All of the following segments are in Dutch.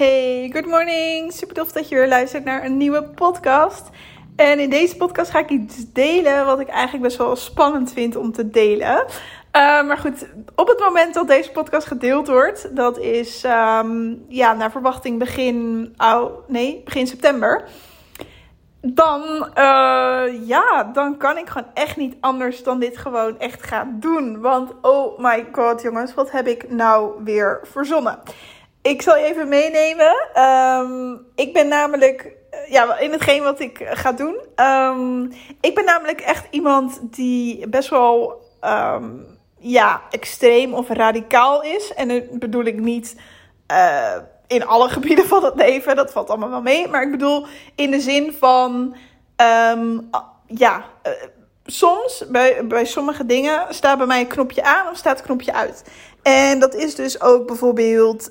Hey, good morning. Super tof dat je weer luistert naar een nieuwe podcast. En in deze podcast ga ik iets delen wat ik eigenlijk best wel spannend vind om te delen. Maar goed, op het moment dat deze podcast gedeeld wordt, dat is naar verwachting begin september. Dan kan ik gewoon echt niet anders dan dit gewoon echt gaan doen. Want oh my god jongens, wat heb ik nou weer verzonnen? Ik zal je even meenemen. Ik ben namelijk, in hetgeen wat ik ga doen. Ik ben namelijk echt iemand die best wel extreem of radicaal is. En dat bedoel ik niet in alle gebieden van het leven. Dat valt allemaal wel mee. Maar ik bedoel in de zin van, soms bij sommige dingen staat bij mij een knopje aan of staat een knopje uit. En dat is dus ook bijvoorbeeld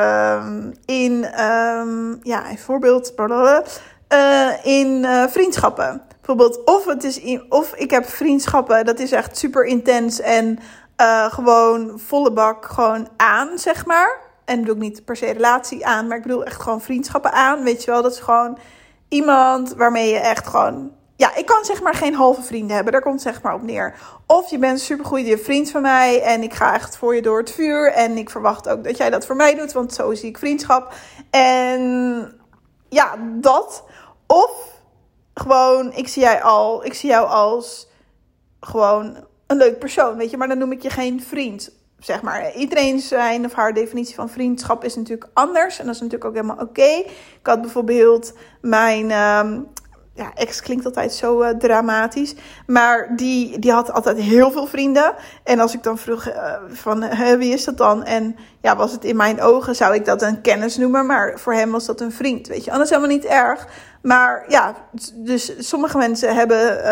in vriendschappen. Bijvoorbeeld of ik heb vriendschappen, dat is echt super intens en gewoon volle bak gewoon aan, zeg maar. En ik bedoel niet per se relatie aan, maar ik bedoel echt gewoon vriendschappen aan. Weet je wel, dat is gewoon iemand waarmee je echt gewoon... Ja, ik kan zeg maar geen halve vrienden hebben. Daar komt het zeg maar op neer. Of je bent een supergoeie vriend van mij en ik ga echt voor je door het vuur. En ik verwacht ook dat jij dat voor mij doet, want zo zie ik vriendschap. En ja, dat. Of gewoon, ik zie jou als gewoon een leuk persoon, weet je. Maar dan noem ik je geen vriend, zeg maar. Iedereen zijn of haar definitie van vriendschap is natuurlijk anders. En dat is natuurlijk ook helemaal oké. Ik had bijvoorbeeld mijn... ex klinkt altijd zo dramatisch. Maar die had altijd heel veel vrienden. En als ik dan vroeg wie is dat dan? En ja, was het in mijn ogen, zou ik dat een kennis noemen. Maar voor hem was dat een vriend, weet je. En dat is helemaal niet erg. Maar ja, dus sommige mensen hebben,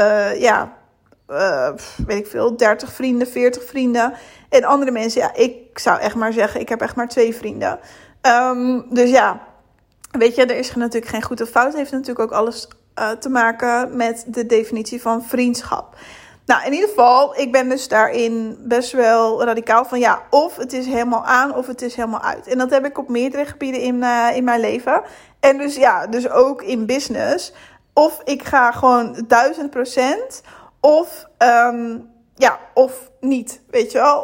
30 vrienden, 40 vrienden. En andere mensen, ik zou echt maar zeggen, ik heb echt maar 2 vrienden. Dus ja, weet je, er is natuurlijk geen goed of fout. Het heeft natuurlijk ook alles te maken met de definitie van vriendschap. Nou, in ieder geval, ik ben dus daarin best wel radicaal van of het is helemaal aan of het is helemaal uit. En dat heb ik op meerdere gebieden in mijn leven. En dus ook in business. Of ik ga gewoon 1000%, of niet, weet je wel.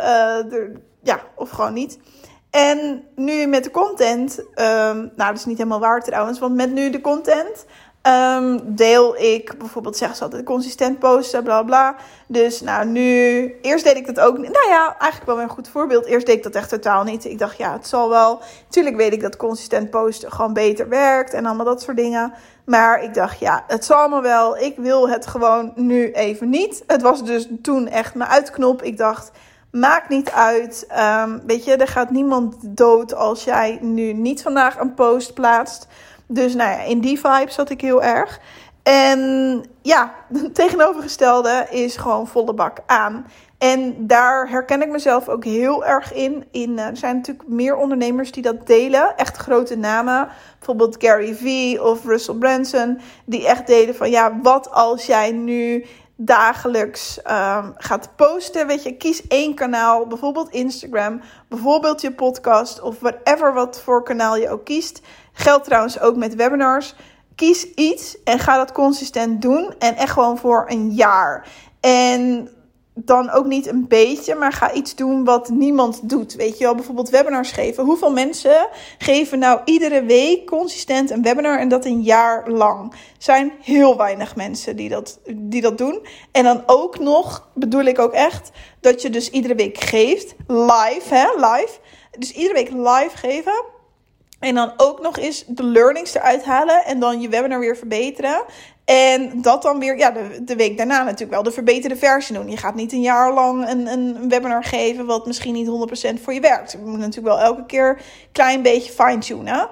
Of gewoon niet. En nu met de content, dat is niet helemaal waar trouwens, want met nu de content... deel ik bijvoorbeeld, zeggen ze altijd, consistent posten, bla bla. Dus eerst deed ik dat ook. Eigenlijk wel weer een goed voorbeeld. Eerst deed ik dat echt totaal niet. Ik dacht, het zal wel. Tuurlijk weet ik dat consistent posten gewoon beter werkt en allemaal dat soort dingen. Maar ik dacht, het zal allemaal wel. Ik wil het gewoon nu even niet. Het was dus toen echt mijn uitknop. Ik dacht, maakt niet uit. Weet je, er gaat niemand dood als jij nu niet vandaag een post plaatst. Dus in die vibe zat ik heel erg. En het tegenovergestelde is gewoon volle bak aan. En daar herken ik mezelf ook heel erg in. Er zijn natuurlijk meer ondernemers die dat delen. Echt grote namen. Bijvoorbeeld Gary Vee of Russell Brunson. Die echt delen van wat als jij nu dagelijks gaat posten. Weet je, kies 1 kanaal. Bijvoorbeeld Instagram. Bijvoorbeeld je podcast. Of whatever wat voor kanaal je ook kiest. Geldt trouwens ook met webinars. Kies iets en ga dat consistent doen. En echt gewoon voor een jaar. En dan ook niet een beetje, maar ga iets doen wat niemand doet. Weet je wel, bijvoorbeeld webinars geven. Hoeveel mensen geven nou iedere week consistent een webinar en dat een jaar lang? Er zijn heel weinig mensen die dat doen. En dan ook nog, bedoel ik ook echt, dat je dus iedere week geeft. Live. Dus iedere week live geven. En dan ook nog eens de learnings eruit halen. En dan je webinar weer verbeteren. En dat dan weer, de week daarna natuurlijk wel de verbeterde versie doen. Je gaat niet een jaar lang een webinar geven wat misschien niet 100% voor je werkt. Je moet natuurlijk wel elke keer een klein beetje fine-tunen.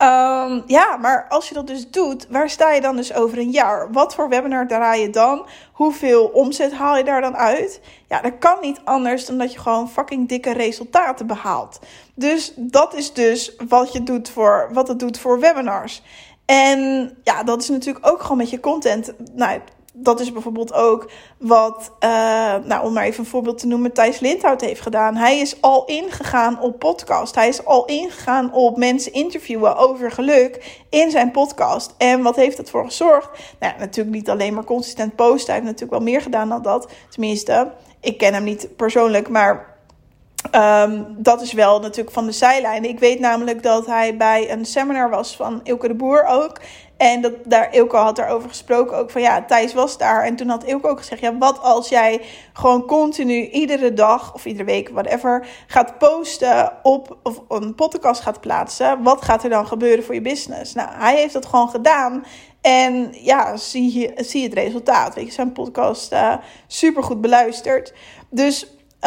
Maar als je dat dus doet, waar sta je dan dus over een jaar? Wat voor webinar draai je dan? Hoeveel omzet haal je daar dan uit? Ja, dat kan niet anders dan dat je gewoon fucking dikke resultaten behaalt. Dus dat is dus wat het doet voor webinars. En dat is natuurlijk ook gewoon met je content. dat is bijvoorbeeld ook wat, om maar even een voorbeeld te noemen, Thijs Lindhout heeft gedaan. Hij is al ingegaan op podcast. Hij is al ingegaan op mensen interviewen over geluk in zijn podcast. En wat heeft dat voor gezorgd? Nou, natuurlijk niet alleen maar consistent posten. Hij heeft natuurlijk wel meer gedaan dan dat. Tenminste, ik ken hem niet persoonlijk, maar dat is wel natuurlijk van de zijlijn. Ik weet namelijk dat hij bij een seminar was van Ilke de Boer ook. En Ilke had daarover gesproken ook van ja, Thijs was daar. En toen had Ilke ook gezegd, ja, wat als jij gewoon continu iedere dag of iedere week, whatever, gaat posten op of een podcast gaat plaatsen. Wat gaat er dan gebeuren voor je business? Nou, hij heeft dat gewoon gedaan. En ja, zie het resultaat. Weet je, zijn podcast super goed beluisterd. Dus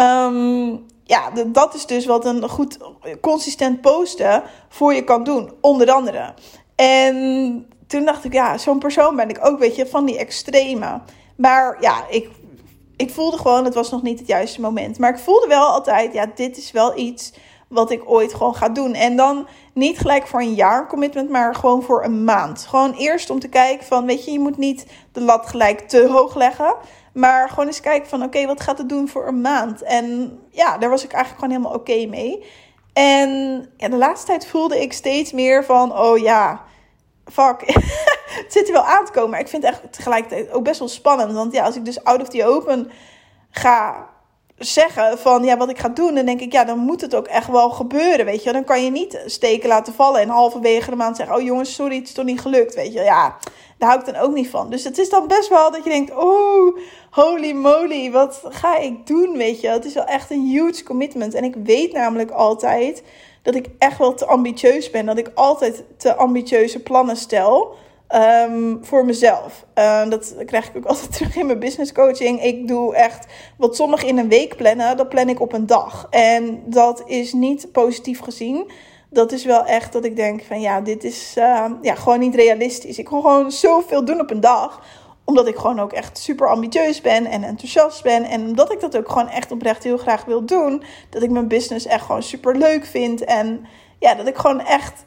dat is dus wat een goed consistent posten voor je kan doen, onder andere. En toen dacht ik, ja, zo'n persoon ben ik ook, weet je, van die extreme. Maar ja, ik voelde gewoon, het was nog niet het juiste moment. Maar ik voelde wel altijd, ja, dit is wel iets wat ik ooit gewoon ga doen. En dan niet gelijk voor een jaar commitment, maar gewoon voor een maand. Gewoon eerst om te kijken van, weet je, je moet niet de lat gelijk te hoog leggen. Maar gewoon eens kijken van, oké, wat gaat het doen voor een maand? En ja, daar was ik eigenlijk gewoon helemaal oké mee. En ja, de laatste tijd voelde ik steeds meer van, oh ja, fuck, het zit er wel aan te komen. Maar ik vind het echt tegelijkertijd ook best wel spannend. Want ja, als ik dus out of the open ga zeggen van ja, wat ik ga doen, dan denk ik, ja, dan moet het ook echt wel gebeuren, weet je. Dan kan je niet steken laten vallen en halverwege de maand zeggen, oh jongens, sorry, het is toch niet gelukt, weet je. Ja, daar hou ik dan ook niet van. Dus het is dan best wel dat je denkt, oh, holy moly, wat ga ik doen, weet je. Het is wel echt een huge commitment. En ik weet namelijk altijd dat ik echt wel te ambitieus ben. Dat ik altijd te ambitieuze plannen stel voor mezelf. Dat krijg ik ook altijd terug in mijn business coaching. Ik doe echt wat sommigen in een week plannen, dat plan ik op een dag. En dat is niet positief gezien. Dat is wel echt dat ik denk van ja, dit is gewoon niet realistisch. Ik kan gewoon zoveel doen op een dag. Omdat ik gewoon ook echt super ambitieus ben en enthousiast ben. En omdat ik dat ook gewoon echt oprecht heel graag wil doen. Dat ik mijn business echt gewoon super leuk vind. En ja, dat ik gewoon echt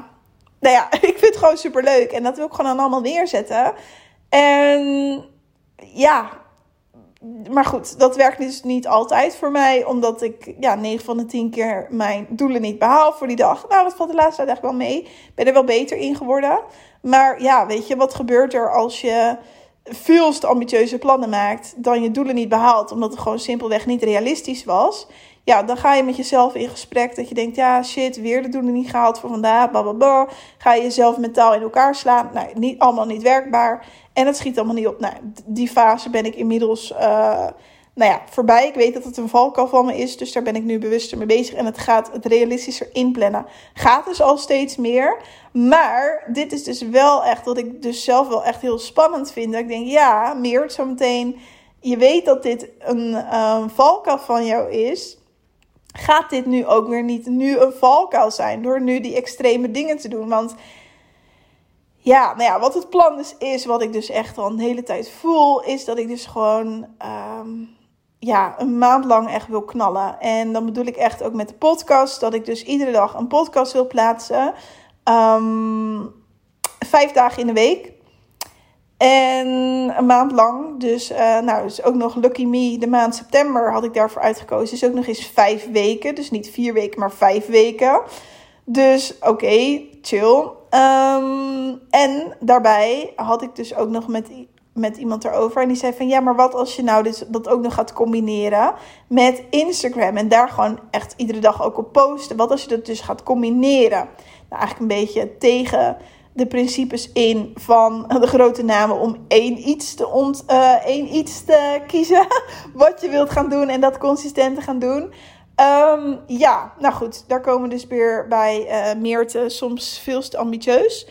ik vind het gewoon super leuk. En dat wil ik gewoon dan allemaal neerzetten. En ja, maar goed, dat werkt dus niet altijd voor mij. Omdat ik 9 van de 10 keer mijn doelen niet behaal voor die dag. Nou, dat valt de laatste tijd eigenlijk wel mee. Ik ben er wel beter in geworden. Maar ja, weet je, wat gebeurt er als je veel te ambitieuze plannen maakt, dan je doelen niet behaalt, omdat het gewoon simpelweg niet realistisch was? Ja, dan ga je met jezelf in gesprek dat je denkt, ja shit, weer de doelen niet gehaald voor vandaag, blablabla. Ga je jezelf mentaal in elkaar slaan. Nou, allemaal niet werkbaar. En het schiet allemaal niet op. Nou, die fase ben ik inmiddels voorbij. Ik weet dat het een valkuil van me is, dus daar ben ik nu bewuster mee bezig. En het realistischer inplannen gaat dus al steeds meer. Maar dit is dus wel echt wat ik dus zelf wel echt heel spannend vind. Dat ik denk, ja, Meert, zometeen, je weet dat dit een valkuil van jou is. Gaat dit nu ook weer niet nu een valkuil zijn door nu die extreme dingen te doen? Want wat het plan dus is, wat ik dus echt al een hele tijd voel, is dat ik dus gewoon een maand lang echt wil knallen. En dan bedoel ik echt ook met de podcast, dat ik dus iedere dag een podcast wil plaatsen. 5 dagen in de week. En een maand lang. Dus ook nog lucky me, de maand september had ik daarvoor uitgekozen. Dus ook nog eens 5 weken. Dus niet 4 weken, maar 5 weken. Dus oké, chill. En daarbij had ik dus ook nog met iemand erover. En die zei van ja, maar wat als je nou dus dat ook nog gaat combineren met Instagram. En daar gewoon echt iedere dag ook op posten. Wat als je dat dus gaat combineren? Nou, eigenlijk een beetje tegen de principes in van de grote namen om één iets te kiezen. Wat je wilt gaan doen en dat consistent te gaan doen. Nou goed, daar komen we dus weer bij Meerte, soms veel te ambitieus.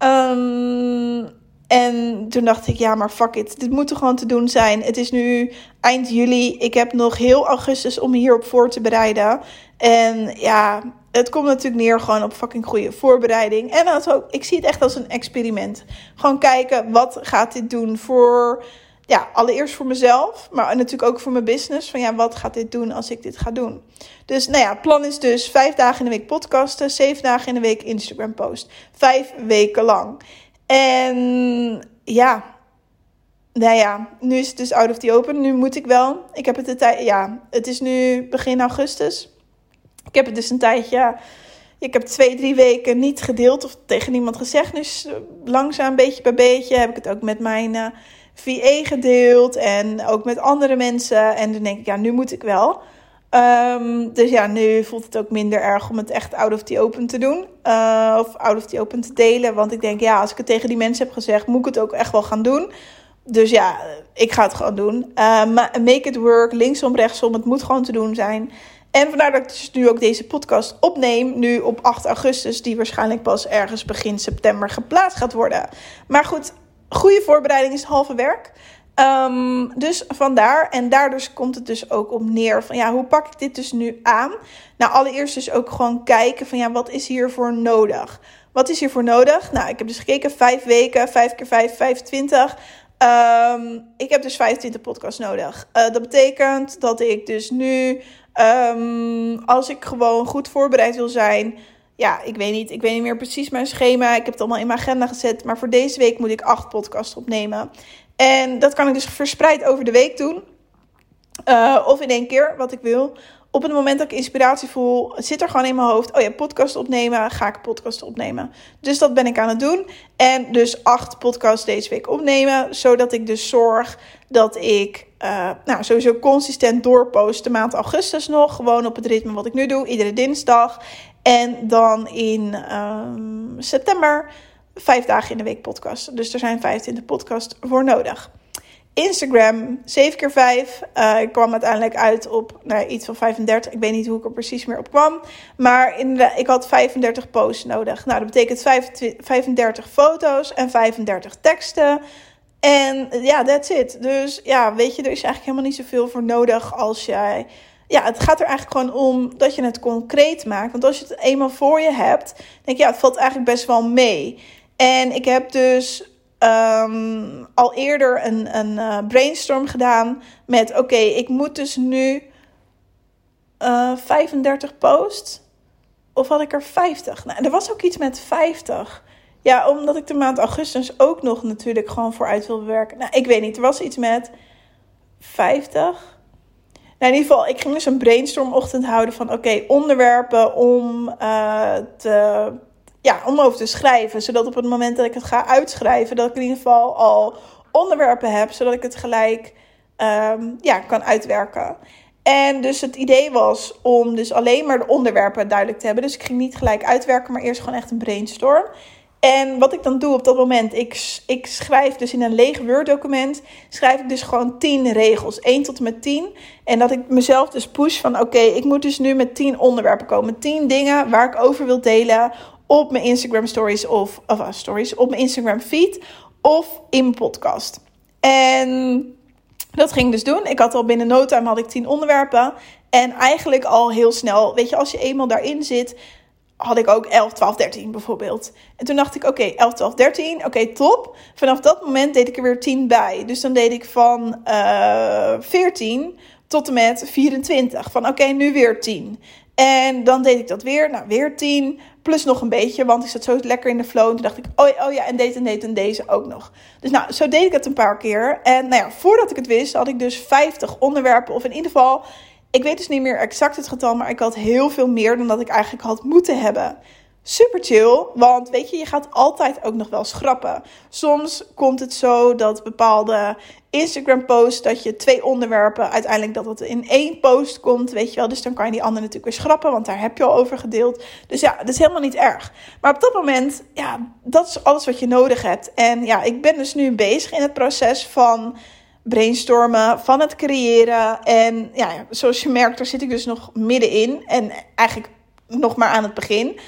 En toen dacht ik, ja, maar fuck it. Dit moet er gewoon te doen zijn. Het is nu eind juli. Ik heb nog heel augustus om me hierop voor te bereiden. En ja, het komt natuurlijk neer gewoon op fucking goede voorbereiding. En ik zie het echt als een experiment. Gewoon kijken, wat gaat dit doen voor, allereerst voor mezelf. Maar natuurlijk ook voor mijn business. Van wat gaat dit doen als ik dit ga doen? Dus het plan is dus 5 dagen in de week podcasten. 7 dagen in de week Instagram post. 5 weken lang. En nou ja, nu is het dus out of the open. Nu moet ik wel. Ik heb het het is nu begin augustus. Ik heb het dus een tijdje... Ik heb 2-3 weken niet gedeeld of tegen niemand gezegd. Dus langzaam, beetje bij beetje, heb ik het ook met mijn VA gedeeld. En ook met andere mensen. En dan denk ik, ja, nu moet ik wel. Dus ja, nu voelt het ook minder erg om het echt out of the open te doen. Of out of the open te delen. Want ik denk, ja, als ik het tegen die mensen heb gezegd, moet ik het ook echt wel gaan doen. Dus ja, ik ga het gewoon doen. Make it work, linksom, rechtsom. Het moet gewoon te doen zijn. En vandaar dat ik dus nu ook deze podcast opneem. Nu op 8 augustus, die waarschijnlijk pas ergens begin september geplaatst gaat worden. Maar goed, goede voorbereiding is het halve werk. Dus vandaar. En daar dus komt het dus ook op neer van ja, hoe pak ik dit dus nu aan? Nou, allereerst dus ook gewoon kijken van ja, wat is hiervoor nodig? Wat is hiervoor nodig? Nou, ik heb dus gekeken 5 weken, 5 keer 5, 25. Ik heb dus 25 podcasts nodig. Dat betekent dat ik dus nu, als ik gewoon goed voorbereid wil zijn... Ja, ik weet niet meer precies mijn schema. Ik heb het allemaal in mijn agenda gezet. Maar voor deze week moet ik 8 podcasts opnemen. En dat kan ik dus verspreid over de week doen. Of in 1 keer, wat ik wil. Op het moment dat ik inspiratie voel, zit er gewoon in mijn hoofd... Oh ja, podcast opnemen, ga ik podcast opnemen. Dus dat ben ik aan het doen. En dus 8 podcasts deze week opnemen. Zodat ik dus zorg dat ik sowieso consistent doorpost de maand augustus nog. Gewoon op het ritme wat ik nu doe, iedere dinsdag. En dan in september 5 dagen in de week podcast. Dus er zijn 25 podcasts voor nodig. Instagram, 7 keer 5. Ik kwam uiteindelijk uit op iets van 35. Ik weet niet hoe ik er precies meer op kwam. Maar ik had 35 posts nodig. Nou, dat betekent 35 foto's en 35 teksten. En ja, that's it. Dus ja, weet je, er is eigenlijk helemaal niet zoveel voor nodig als jij... Ja, het gaat er eigenlijk gewoon om dat je het concreet maakt. Want als je het eenmaal voor je hebt, denk je, ja, het valt eigenlijk best wel mee. En ik heb dus al eerder een brainstorm gedaan met... Oké, ik moet dus nu 35 posts. Of had ik er 50? Nou, er was ook iets met 50. Ja, omdat ik de maand augustus ook nog natuurlijk gewoon vooruit wil werken. Nou, ik weet niet, er was iets met 50... Nou, in ieder geval, ik ging dus een brainstormochtend houden van... Oké, onderwerpen om over te schrijven. Zodat op het moment dat ik het ga uitschrijven... dat ik in ieder geval al onderwerpen heb... zodat ik het gelijk kan uitwerken. En dus het idee was om dus alleen maar de onderwerpen duidelijk te hebben. Dus ik ging niet gelijk uitwerken, maar eerst gewoon echt een brainstorm. En wat ik dan doe op dat moment, ik schrijf dus in een leeg Word-document, schrijf ik dus gewoon 10 regels, 1 tot en met 10. En dat ik mezelf dus push van oké, ik moet dus nu met 10 onderwerpen komen. 10 dingen waar ik over wil delen op mijn Instagram stories op mijn Instagram feed of in mijn podcast. En dat ging ik dus doen. Ik had al binnen no time had ik 10 onderwerpen. En eigenlijk al heel snel, weet je, als je eenmaal daarin zit... had ik ook 11, 12, 13 bijvoorbeeld. En toen dacht ik, oké, 11, 12, 13, oké, top. Vanaf dat moment deed ik er weer 10 bij. Dus dan deed ik van 14 tot en met 24. Van oké, nu weer 10. En dan deed ik dat weer, weer 10. Plus nog een beetje, want ik zat zo lekker in de flow. En toen dacht ik, oh ja, en deze en deze ook nog. Dus zo deed ik het een paar keer. En voordat ik het wist, had ik dus 50 onderwerpen. Of in ieder geval... Ik weet dus niet meer exact het getal, maar ik had heel veel meer dan dat ik eigenlijk had moeten hebben. Super chill, want weet je gaat altijd ook nog wel schrappen. Soms komt het zo dat bepaalde Instagram posts, dat je 2 onderwerpen, uiteindelijk dat het in 1 post komt, weet je wel. Dus dan kan je die andere natuurlijk weer schrappen, want daar heb je al over gedeeld. Dus ja, dat is helemaal niet erg. Maar op dat moment, ja, dat is alles wat je nodig hebt. En ja, ik ben dus nu bezig in het proces van... brainstormen, van het creëren. En ja, zoals je merkt, daar zit ik dus nog middenin. En eigenlijk nog maar aan het begin.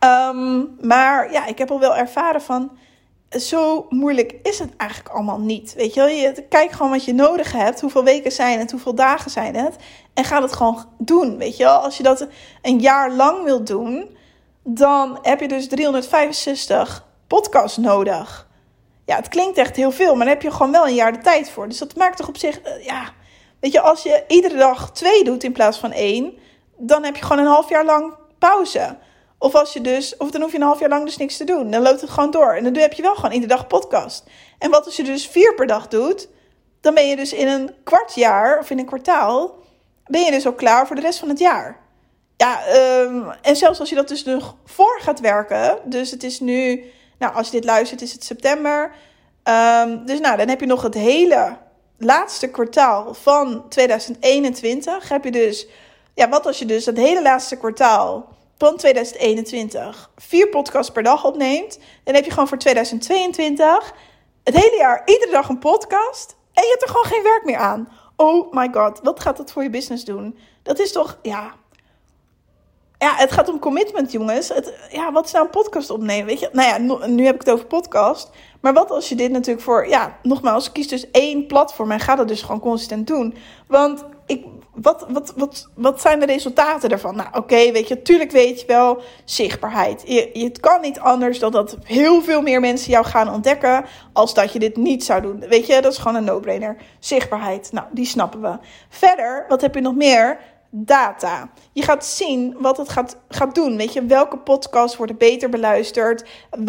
Maar ja, ik heb al wel ervaren van... zo moeilijk is het eigenlijk allemaal niet. Weet je wel, je kijkt gewoon wat je nodig hebt. Hoeveel weken zijn het, hoeveel dagen zijn het. En ga het gewoon doen, weet je wel. Als je dat een jaar lang wilt doen... dan heb je dus 365 podcasts nodig. Ja, het klinkt echt heel veel, maar daar heb je gewoon wel een jaar de tijd voor. Dus dat maakt toch op zich, weet je, als je iedere dag 2 doet in plaats van 1, dan heb je gewoon een half jaar lang pauze. Of dan hoef je een half jaar lang dus niks te doen. Dan loopt het gewoon door. En dan heb je wel gewoon iedere dag podcast. En wat als je dus 4 per dag doet, dan ben je dus in een kwartjaar of in een kwartaal, ben je dus al klaar voor de rest van het jaar. Ja, en zelfs als je dat dus nog voor gaat werken, dus het is nu, nou als je dit luistert is het september, dus nou dan heb je nog het hele laatste kwartaal van 2021, heb je dus, ja wat als je dus het hele laatste kwartaal van 2021 4 podcasts per dag opneemt, dan heb je gewoon voor 2022 het hele jaar iedere dag een podcast en je hebt er gewoon geen werk meer aan. Oh my god, wat gaat dat voor je business doen? Dat is toch, ja, het gaat om commitment, jongens. Wat is nou een podcast opnemen, weet je? Nou ja, nu heb ik het over podcast. Maar wat als je dit natuurlijk voor, ja, nogmaals, kies dus 1 platform en ga dat dus gewoon consistent doen. Want wat zijn de resultaten daarvan? Nou, oké, weet je, tuurlijk weet je wel, zichtbaarheid. Het kan niet anders dan dat heel veel meer mensen jou gaan ontdekken als dat je dit niet zou doen. Weet je, dat is gewoon een no-brainer. Zichtbaarheid, nou, die snappen we. Verder, wat heb je nog meer? Data. Je gaat zien wat het gaat doen. Weet je, welke podcasts worden beter beluisterd?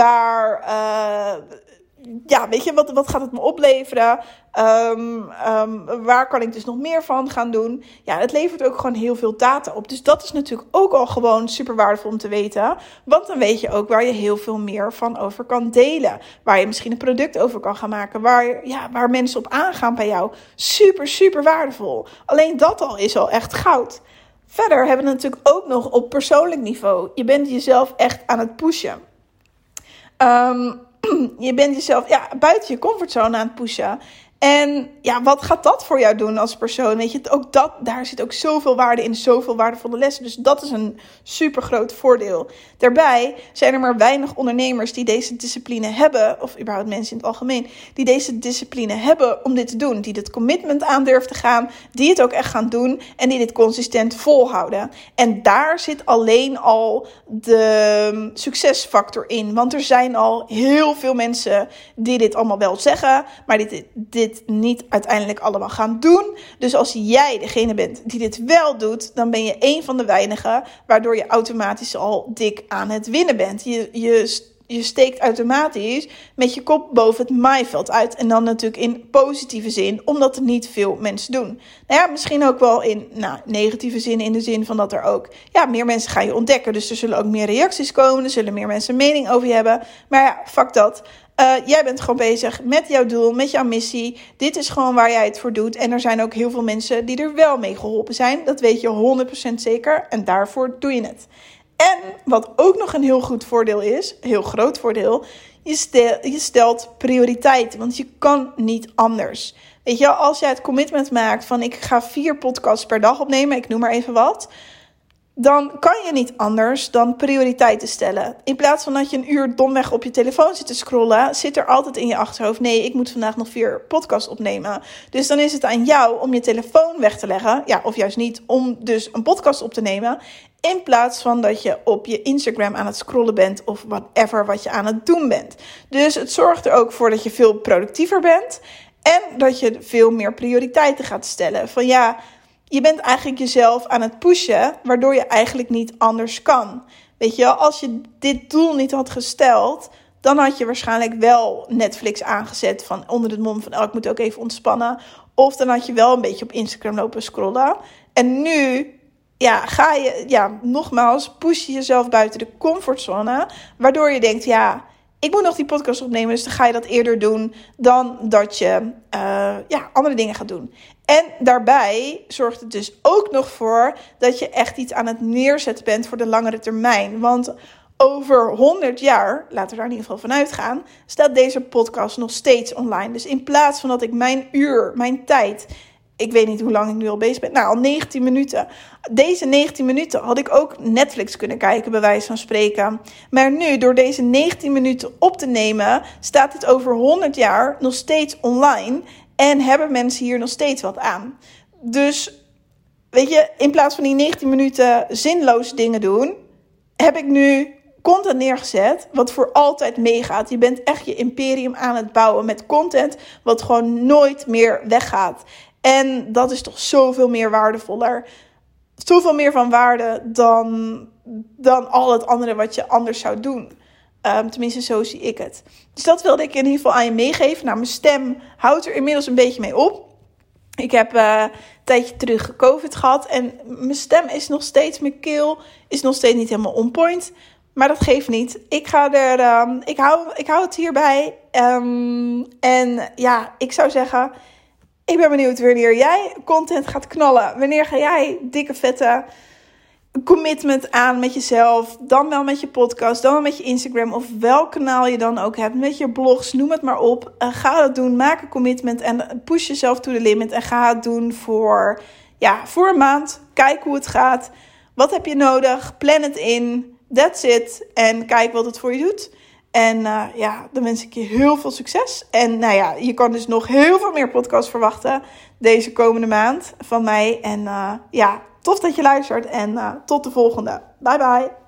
Weet je, wat gaat het me opleveren? Waar kan ik dus nog meer van gaan doen? Ja, het levert ook gewoon heel veel data op. Dus dat is natuurlijk ook al gewoon super waardevol om te weten. Want dan weet je ook waar je heel veel meer van over kan delen. Waar je misschien een product over kan gaan maken. Waar mensen op aangaan bij jou. Super, super waardevol. Alleen dat al is al echt goud. Verder hebben we het natuurlijk ook nog op persoonlijk niveau. Je bent jezelf echt aan het pushen. Je bent jezelf buiten je comfortzone aan het pushen. En ja, wat gaat dat voor jou doen als persoon? Weet je, daar zit ook zoveel waarde in, zoveel waardevolle lessen. Dus dat is een super groot voordeel. Daarbij zijn er maar weinig ondernemers die deze discipline hebben, of überhaupt mensen in het algemeen, die deze discipline hebben om dit te doen. Die dit commitment aan durven te gaan, die het ook echt gaan doen en die dit consistent volhouden. En daar zit alleen al de succesfactor in. Want er zijn al heel veel mensen die dit allemaal wel zeggen, maar dit niet uiteindelijk allemaal gaan doen. Dus als jij degene bent die dit wel doet, dan ben je een van de weinigen, waardoor je automatisch al dik aan het winnen bent. Je steekt automatisch met je kop boven het maaiveld uit. En dan natuurlijk in positieve zin, omdat er niet veel mensen doen. Nou ja, misschien ook wel in negatieve zin, in de zin van dat er ook meer mensen gaan je ontdekken. Dus er zullen ook meer reacties komen, er zullen meer mensen een mening over je hebben. Maar ja, fuck dat. Jij bent gewoon bezig met jouw doel, met jouw missie. Dit is gewoon waar jij het voor doet. En er zijn ook heel veel mensen die er wel mee geholpen zijn. Dat weet je 100% zeker. En daarvoor doe je het. En wat ook nog een heel goed voordeel is, heel groot voordeel, je stelt prioriteiten. Want je kan niet anders. Weet je, als jij het commitment maakt van ik ga 4 podcasts per dag opnemen, ik noem maar even wat, dan kan je niet anders dan prioriteiten stellen. In plaats van dat je een uur domweg op je telefoon zit te scrollen, zit er altijd in je achterhoofd, nee, ik moet vandaag nog 4 podcasts opnemen. Dus dan is het aan jou om je telefoon weg te leggen, of juist niet, om dus een podcast op te nemen, in plaats van dat je op je Instagram aan het scrollen bent of whatever wat je aan het doen bent. Dus het zorgt er ook voor dat je veel productiever bent en dat je veel meer prioriteiten gaat stellen. Van je bent eigenlijk jezelf aan het pushen, waardoor je eigenlijk niet anders kan. Weet je, als je dit doel niet had gesteld, dan had je waarschijnlijk wel Netflix aangezet van onder de mom van ik moet ook even ontspannen. Of dan had je wel een beetje op Instagram lopen scrollen. En nu ga je, nogmaals, push je jezelf buiten de comfortzone, waardoor je denkt, ik moet nog die podcast opnemen, dus dan ga je dat eerder doen dan dat je andere dingen gaat doen. En daarbij zorgt het dus ook nog voor dat je echt iets aan het neerzetten bent voor de langere termijn. Want over 100 jaar, laten we daar in ieder geval van uitgaan, staat deze podcast nog steeds online. Dus in plaats van dat ik mijn tijd, ik weet niet hoe lang ik nu al bezig ben, al 19 minuten. Deze 19 minuten had ik ook Netflix kunnen kijken, bij wijze van spreken. Maar nu, door deze 19 minuten op te nemen, staat het over 100 jaar nog steeds online. En hebben mensen hier nog steeds wat aan. Dus, weet je, in plaats van die 19 minuten zinloze dingen doen, heb ik nu content neergezet wat voor altijd meegaat. Je bent echt je imperium aan het bouwen met content wat gewoon nooit meer weggaat. En dat is toch zoveel meer waardevoller. Zoveel meer van waarde dan al het andere wat je anders zou doen. Tenminste, zo zie ik het. Dus dat wilde ik in ieder geval aan je meegeven. Nou, mijn stem houdt er inmiddels een beetje mee op. Ik heb een tijdje terug COVID gehad. En mijn stem is nog steeds, mijn keel is nog steeds niet helemaal on point. Maar dat geeft niet. Ik hou het hierbij. En ja, ik zou zeggen, ik ben benieuwd wanneer jij content gaat knallen. Wanneer ga jij dikke vette commitment aan met jezelf, dan wel met je podcast, dan wel met je Instagram of welk kanaal je dan ook hebt, met je blogs, noem het maar op. Ga dat doen, maak een commitment en push jezelf to the limit en ga het doen voor een maand. Kijk hoe het gaat. Wat heb je nodig? Plan het in. That's it. En kijk wat het voor je doet. En dan wens ik je heel veel succes. En je kan dus nog heel veel meer podcasts verwachten deze komende maand van mij. En tof dat je luistert en tot de volgende. Bye bye.